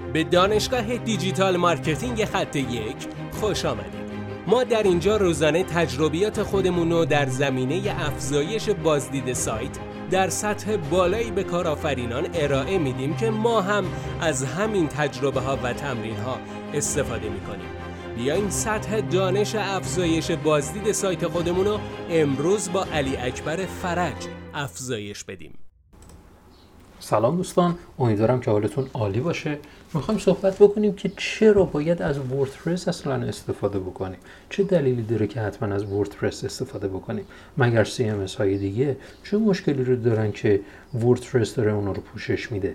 به دانشگاه دیجیتال مارکتینگ خط 1 خوش آمدید. ما در اینجا روزانه تجربیات خودمون رو در زمینه افزایش بازدید سایت در سطح بالایی به کارآفرینان ارائه میدیم که ما هم از همین تجربه ها و تمرین ها استفاده میکنیم. بیاین سطح دانش افزایش بازدید سایت خودمون رو امروز با علی اکبر فرج افزایش بدیم. سلام دوستان، امیدوارم که حالتون عالی باشه. میخوایم صحبت بکنیم که چرا باید از وردپرس اصلا استفاده بکنیم. چه دلیلی داره که حتما از وردپرس استفاده بکنیم؟ مگر CMS های دیگه چه مشکلی رو دارن که وردپرس داره اونا رو پوشش میده؟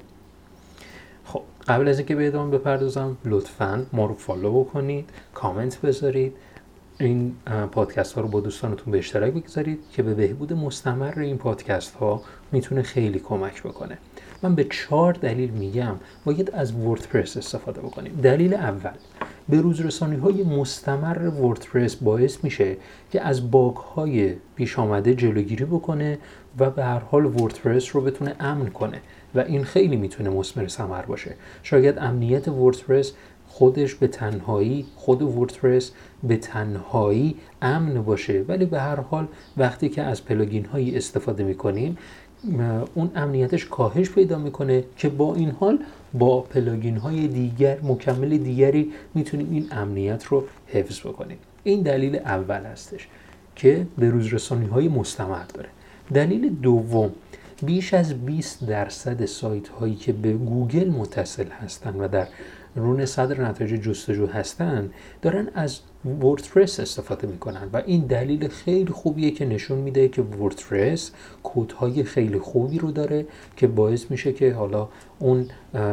خب قبل از اینکه به ادامه بپردازم لطفاً ما رو فالو بکنید، کامنت بذارید، این پادکست ها رو با دوستانتون به اشتراک بگذارید که به بهبود مستمر این پادکست ها میتونه خیلی کمک بکنه. من به 4 دلیل میگم باید از وردپرس استفاده بکنیم. دلیل اول، به روزرسانی های مستمر وردپرس باعث میشه که از باگ های پیش آمده جلوگیری بکنه و به هر حال وردپرس رو بتونه امن کنه و این خیلی میتونه مثمر ثمر باشه. شاید امنیت وردپرس خودش به تنهایی، خود وردپرس به تنهایی امن باشه، ولی به هر حال وقتی که از پلاگین هایی استفاده میکنیم اون امنیتش کاهش پیدا میکنه که با این حال با پلاگین های دیگر مکمل دیگری میتونیم این امنیت رو حفظ بکنیم. این دلیل اول هستش که به روزرسانی های مستمر داره. دلیل دوم، بیش از 20% سایت هایی که به گوگل متصل هستن و در رون صدر نتایج جستجو هستن دارن از وردپرس استفاده میکنن و این دلیل خیلی خوبیه که نشون میده که وردپرس کدهای خیلی خوبی رو داره که باعث میشه که حالا اون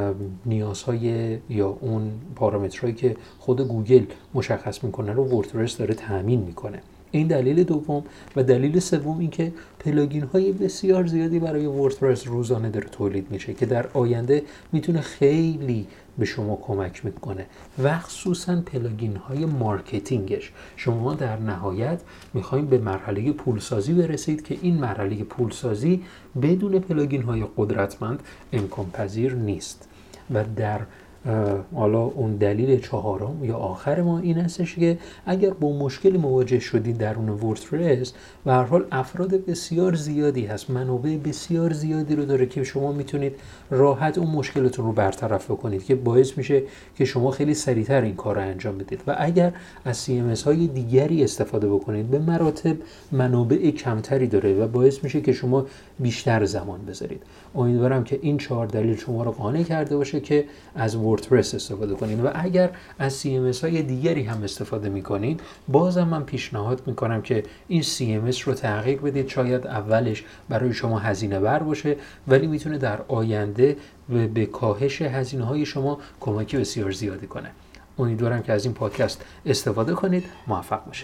نیازهای یا اون پارامترهایی که خود گوگل مشخص میکنه رو وردپرس داره تامین میکنه. این دلیل دوم. و دلیل سوم این که پلاگین های بسیار زیادی برای وردپرس روزانه داره تولید میشه که در آینده میتونه خیلی به شما کمک میکنه و خصوصا پلاگین های مارکتینگش. شما در نهایت میخوایم به مرحله پولسازی برسید که این مرحله پولسازی بدون پلاگین های قدرتمند امکان پذیر نیست. و در حالا اون دلیل چهارم یا آخر ما این هستش که اگر با مشکلی مواجه شدید درون وردپرس، به هر حال افراد بسیار زیادی هست، منابع بسیار زیادی رو داره که شما میتونید راحت اون مشکلتون رو برطرف بکنید که باعث میشه که شما خیلی سریعتر این کار رو انجام بدید. و اگر از CMS های دیگری استفاده بکنید به مراتب منابع کمتری داره و باعث میشه که شما بیشتر زمان بذارید. امیدوارم که این 4 دلیل شما رو قانع کرده باشه که از وردپرس استفاده کنید. و اگر از CMS های دیگری هم استفاده میکنید بازم من پیشنهاد میکنم که این CMS رو تغییر بدید. شاید اولش برای شما هزینه بر باشه ولی میتونه در آینده به کاهش هزینه های شما کمکی بسیار زیادی کنه. امیدوارم که از این پادکست استفاده کنید. موفق باشید.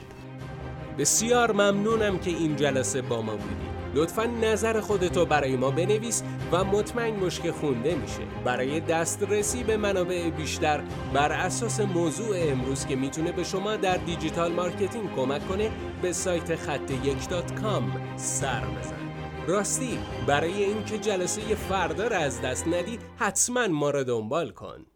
بسیار ممنونم که این جلسه با ما بودید. لطفاً نظر خودتو برای ما بنویس و مطمئن باش که خونده میشه. برای دسترسی به منابع بیشتر بر اساس موضوع امروز که میتونه به شما در دیجیتال مارکتینگ کمک کنه به سایت خط1.com سر بزن. راستی برای اینکه جلسه فردا رو از دست ندی حتماً ما رو دنبال کن.